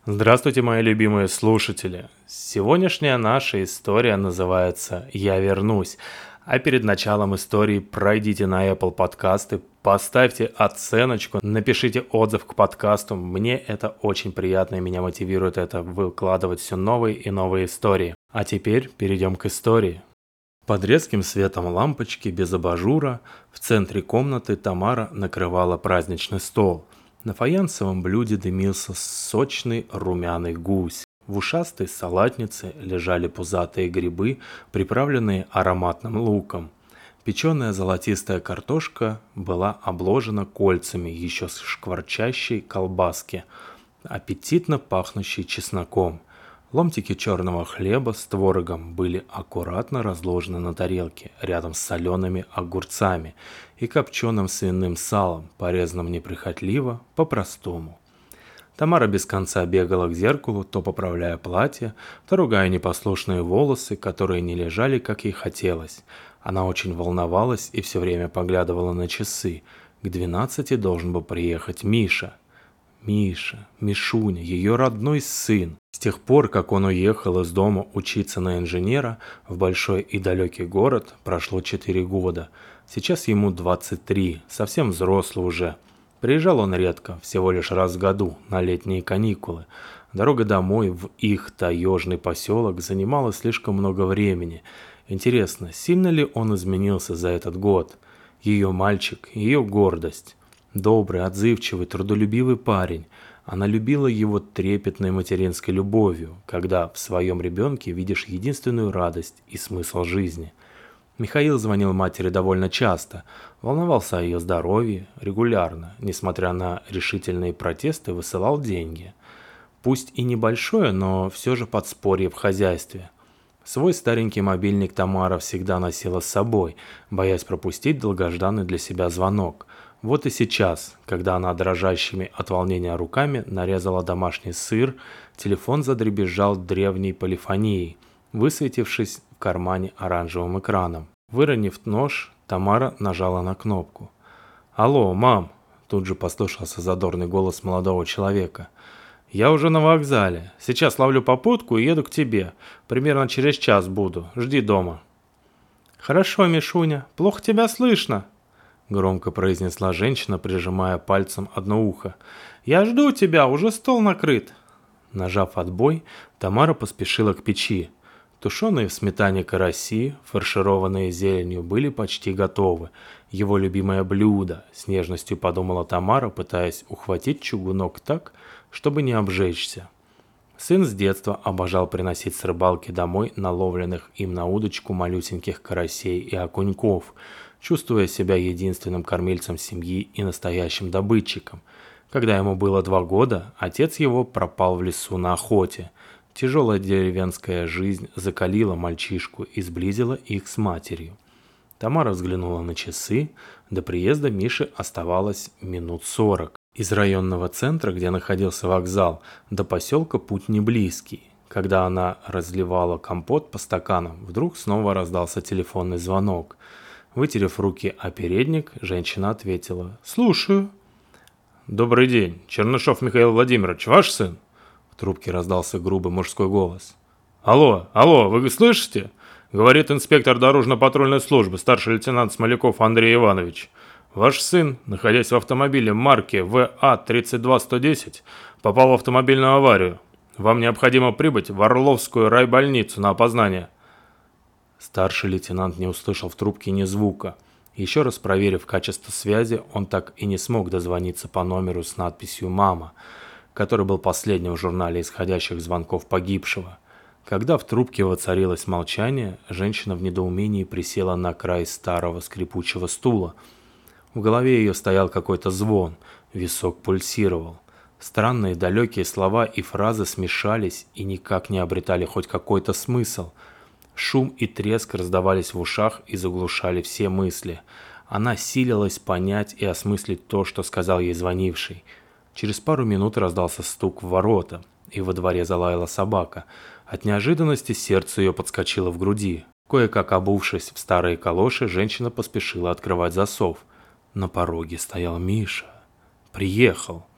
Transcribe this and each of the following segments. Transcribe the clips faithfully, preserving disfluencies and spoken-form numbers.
Здравствуйте, мои любимые слушатели! Сегодняшняя наша история называется «Я вернусь». А перед началом истории пройдите на Apple подкасты, поставьте оценочку, напишите отзыв к подкасту. Мне это очень приятно и меня мотивирует это выкладывать все новые и новые истории. А теперь перейдем к истории. Под резким светом лампочки без абажура в центре комнаты Тамара накрывала праздничный стол. На фаянсовом блюде дымился сочный румяный гусь. В ушастой салатнице лежали пузатые грибы, приправленные ароматным луком. Печеная золотистая картошка была обложена кольцами еще шкварчащей колбаски, аппетитно пахнущей чесноком. Ломтики черного хлеба с творогом были аккуратно разложены на тарелке рядом с солеными огурцами и копченым свиным салом, порезанным неприхотливо, по-простому. Тамара без конца бегала к зеркалу, то поправляя платье, то ругая непослушные волосы, которые не лежали, как ей хотелось. Она очень волновалась и все время поглядывала на часы. К двенадцати должен был приехать Миша. Миша, Мишуня, ее родной сын. С тех пор, как он уехал из дома учиться на инженера в большой и далекий город, прошло четыре года. Сейчас ему двадцать три, совсем взрослый уже. Приезжал он редко, всего лишь раз в году, на летние каникулы. Дорога домой в их таежный поселок занимала слишком много времени. Интересно, сильно ли он изменился за этот год? Ее мальчик, ее гордость. Добрый, отзывчивый, трудолюбивый парень. Она любила его трепетной материнской любовью, когда в своем ребенке видишь единственную радость и смысл жизни. Михаил звонил матери довольно часто, волновался о ее здоровье, регулярно, несмотря на решительные протесты, высылал деньги. Пусть и небольшое, но все же подспорье в хозяйстве. Свой старенький мобильник Тамара всегда носила с собой, боясь пропустить долгожданный для себя звонок. Вот и сейчас, когда она дрожащими от волнения руками нарезала домашний сыр, телефон задребезжал древней полифонией, высветившись в кармане оранжевым экраном. Выронив нож, Тамара нажала на кнопку. «Алло, мам!» – тут же послышался задорный голос молодого человека. «Я уже на вокзале. Сейчас ловлю попутку и еду к тебе. Примерно через час буду. Жди дома». «Хорошо, Мишуня. Плохо тебя слышно», — громко произнесла женщина, прижимая пальцем одно ухо. «Я жду тебя, уже стол накрыт». Нажав отбой, Тамара поспешила к печи. Тушеные в сметане караси, фаршированные зеленью, были почти готовы. Его любимое блюдо, с нежностью подумала Тамара, пытаясь ухватить чугунок так, чтобы не обжечься. Сын с детства обожал приносить с рыбалки домой наловленных им на удочку малюсеньких карасей и окуньков, чувствуя себя единственным кормильцем семьи и настоящим добытчиком. Когда ему было два года, отец его пропал в лесу на охоте. Тяжелая деревенская жизнь закалила мальчишку и сблизила их с матерью. Тамара взглянула на часы. До приезда Миши оставалось минут сорок. Из районного центра, где находился вокзал, до поселка путь не близкий. Когда она разливала компот по стаканам, вдруг снова раздался телефонный звонок. Вытерев руки о передник, женщина ответила: «Слушаю». «Добрый день. Чернышов Михаил Владимирович, ваш сын?» В трубке раздался грубый мужской голос. «Алло, алло, вы слышите?» Говорит инспектор дорожно-патрульной службы, старший лейтенант Смоляков Андрей Иванович. Ваш сын, находясь в автомобиле марки вэ а тридцать два сто десять, попал в автомобильную аварию. Вам необходимо прибыть в Орловскую райбольницу на опознание». Старший лейтенант не услышал в трубке ни звука. Еще раз проверив качество связи, он так и не смог дозвониться по номеру с надписью «Мама», который был последним в журнале исходящих звонков погибшего. Когда в трубке воцарилось молчание, женщина в недоумении присела на край старого скрипучего стула. В голове ее стоял какой-то звон, висок пульсировал. Странные далекие слова и фразы смешались и никак не обретали хоть какой-то смысл. Шум и треск раздавались в ушах и заглушали все мысли. Она силилась понять и осмыслить то, что сказал ей звонивший. Через пару минут раздался стук в ворота, и во дворе залаяла собака. От неожиданности сердце ее подскочило в груди. Кое-как обувшись в старые калоши, женщина поспешила открывать засов. На пороге стоял Миша. Приехал.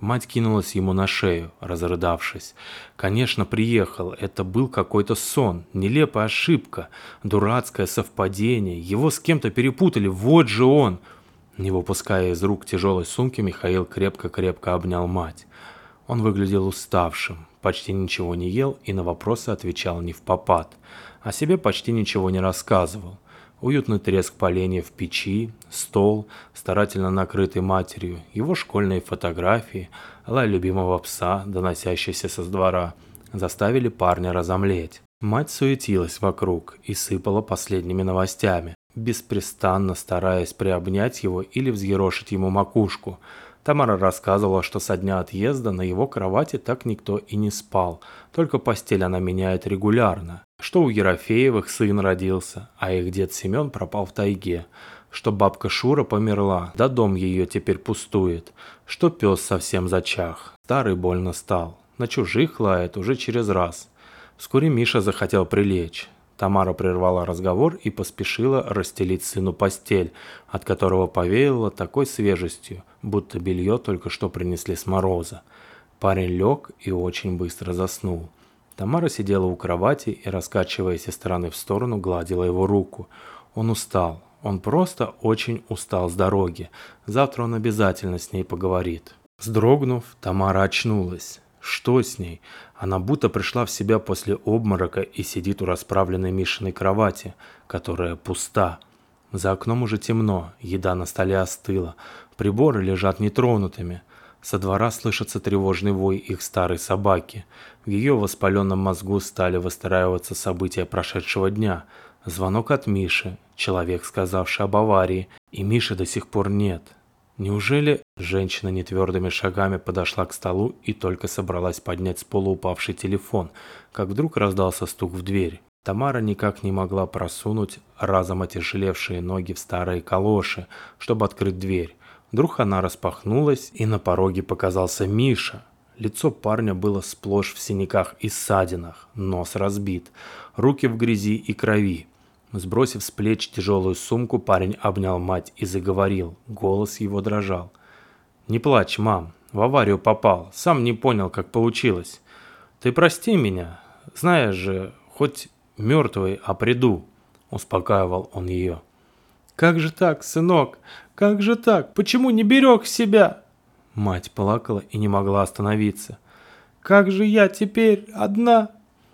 Мать кинулась ему на шею, разрыдавшись. Конечно, приехал. Это был какой-то сон, нелепая ошибка, дурацкое совпадение. Его с кем-то перепутали. Вот же он! Не выпуская из рук тяжелой сумки, Михаил крепко-крепко обнял мать. Он выглядел уставшим, почти ничего не ел и на вопросы отвечал не впопад. О себе почти ничего не рассказывал. Уютный треск поленьев в печи, стол, старательно накрытый матерью, его школьные фотографии, лай любимого пса, доносящийся со двора, заставили парня разомлеть. Мать суетилась вокруг и сыпала последними новостями, беспрестанно стараясь приобнять его или взъерошить ему макушку. Тамара рассказывала, что со дня отъезда на его кровати так никто и не спал, только постель она меняет регулярно, что у Ерофеевых сын родился, а их дед Семен пропал в тайге, что бабка Шура померла, да дом ее теперь пустует, что пес совсем зачах, старый больно стал, на чужих лает уже через раз. Вскоре Миша захотел прилечь. Тамара прервала разговор и поспешила расстелить сыну постель, от которого повеяло такой свежестью, будто белье только что принесли с мороза. Парень лег и очень быстро заснул. Тамара сидела у кровати и, раскачиваясь из стороны в сторону, гладила его руку. Он устал. Он просто очень устал с дороги. Завтра он обязательно с ней поговорит. Вздрогнув, Тамара очнулась. Что с ней? Она будто пришла в себя после обморока и сидит у расправленной Мишиной кровати, которая пуста. За окном уже темно, еда на столе остыла, приборы лежат нетронутыми. Со двора слышится тревожный вой их старой собаки. В ее воспаленном мозгу стали выстраиваться события прошедшего дня. Звонок от Миши, человек, сказавший об аварии, и Миши до сих пор нет. Неужели женщина нетвердыми шагами подошла к столу и только собралась поднять с пола упавший телефон, как вдруг раздался стук в дверь. Тамара никак не могла просунуть разом отяжелевшие ноги в старые калоши, чтобы открыть дверь. Вдруг она распахнулась, и на пороге показался Миша. Лицо парня было сплошь в синяках и ссадинах, нос разбит, руки в грязи и крови. Сбросив с плеч тяжелую сумку, парень обнял мать и заговорил. Голос его дрожал. «Не плачь, мам. В аварию попал. Сам не понял, как получилось. Ты прости меня. Знаешь же, хоть мертвый, а приду», — успокаивал он ее. «Как же так, сынок? Как же так? Почему не берег себя?» Мать плакала и не могла остановиться. «Как же я теперь одна?»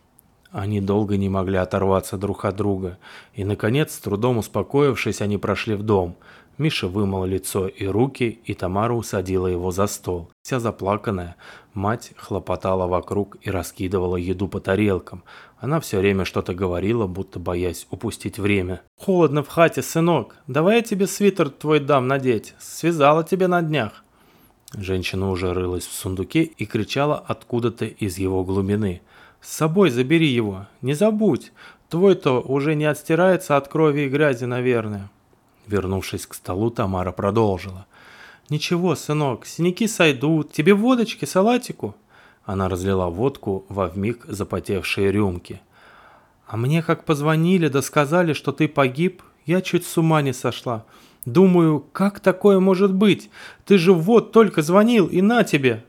Они долго не могли оторваться друг от друга, и, наконец, с трудом успокоившись, они прошли в дом. Миша вымыл лицо и руки, и Тамара усадила его за стол. Вся заплаканная, мать хлопотала вокруг и раскидывала еду по тарелкам. Она все время что-то говорила, будто боясь упустить время. «Холодно в хате, сынок. Давай я тебе свитер твой дам надеть. Связала тебе на днях». Женщина уже рылась в сундуке и кричала откуда-то из его глубины. «С собой забери его, не забудь, твой-то уже не отстирается от крови и грязи, наверное». Вернувшись к столу, Тамара продолжила. «Ничего, сынок, синяки сойдут, тебе водочки, салатику?» Она разлила водку во вмиг запотевшие рюмки. «А мне как позвонили да сказали, что ты погиб, я чуть с ума не сошла. Думаю, как такое может быть? Ты же вот только звонил, и на тебе!»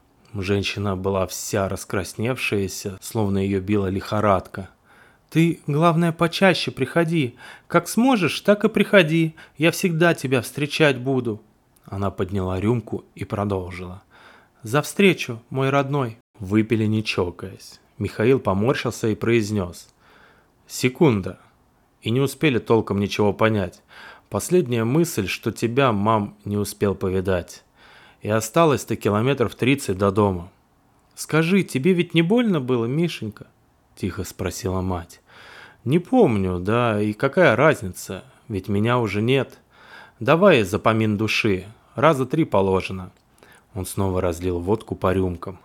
Женщина была вся раскрасневшаяся, словно ее била лихорадка. «Ты, главное, почаще приходи. Как сможешь, так и приходи. Я всегда тебя встречать буду». Она подняла рюмку и продолжила. «За встречу, мой родной». Выпили не чокаясь. Михаил поморщился и произнес. «Секунда». И не успели толком ничего понять. Последняя мысль, что тебя, мам, не успел повидать. И осталось-то километров тридцать до дома. «Скажи, тебе ведь не больно было, Мишенька?» – тихо спросила мать. «Не помню, да, и какая разница, ведь меня уже нет. Давай за помин души, раза три положено». Он снова разлил водку по рюмкам.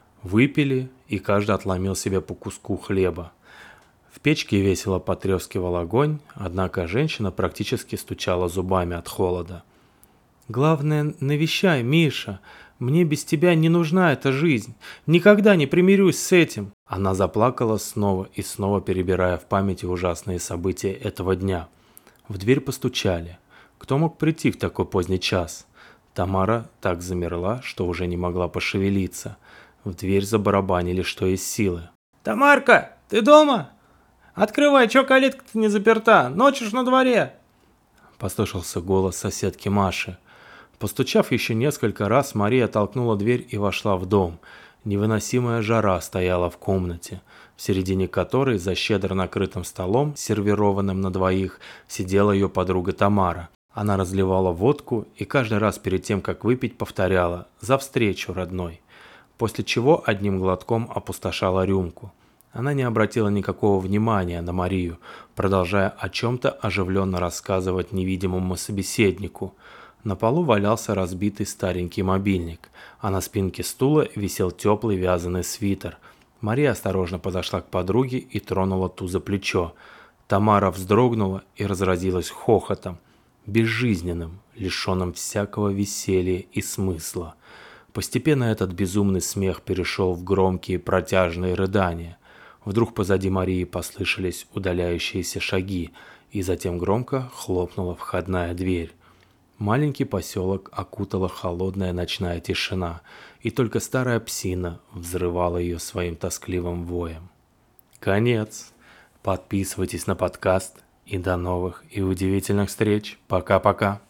Выпили, и каждый отломил себе по куску хлеба. В печке весело потрескивал огонь, однако женщина практически стучала зубами от холода. «Главное, навещай, Миша. Мне без тебя не нужна эта жизнь. Никогда не примирюсь с этим». Она заплакала снова и снова, перебирая в памяти ужасные события этого дня. В дверь постучали. Кто мог прийти в такой поздний час? Тамара так замерла, что уже не могла пошевелиться. В дверь забарабанили, что из силы. «Тамарка, ты дома? Открывай, чё калитка-то не заперта? Ночь уж на дворе!» Послышался голос соседки Маши. Постучав еще несколько раз, Мария толкнула дверь и вошла в дом. Невыносимая жара стояла в комнате, в середине которой за щедро накрытым столом, сервированным на двоих, сидела ее подруга Тамара. Она разливала водку и каждый раз перед тем, как выпить, повторяла «За встречу, родной», после чего одним глотком опустошала рюмку. Она не обратила никакого внимания на Марию, продолжая о чем-то оживленно рассказывать невидимому собеседнику. На полу валялся разбитый старенький мобильник, а на спинке стула висел теплый вязаный свитер. Мария осторожно подошла к подруге и тронула ту за плечо. Тамара вздрогнула и разразилась хохотом, безжизненным, лишенным всякого веселья и смысла. Постепенно этот безумный смех перешел в громкие протяжные рыдания. Вдруг позади Марии послышались удаляющиеся шаги, и затем громко хлопнула входная дверь. Маленький поселок окутала холодная ночная тишина, и только старая псина взрывала ее своим тоскливым воем. Конец. Подписывайтесь на подкаст, и до новых и удивительных встреч. Пока-пока.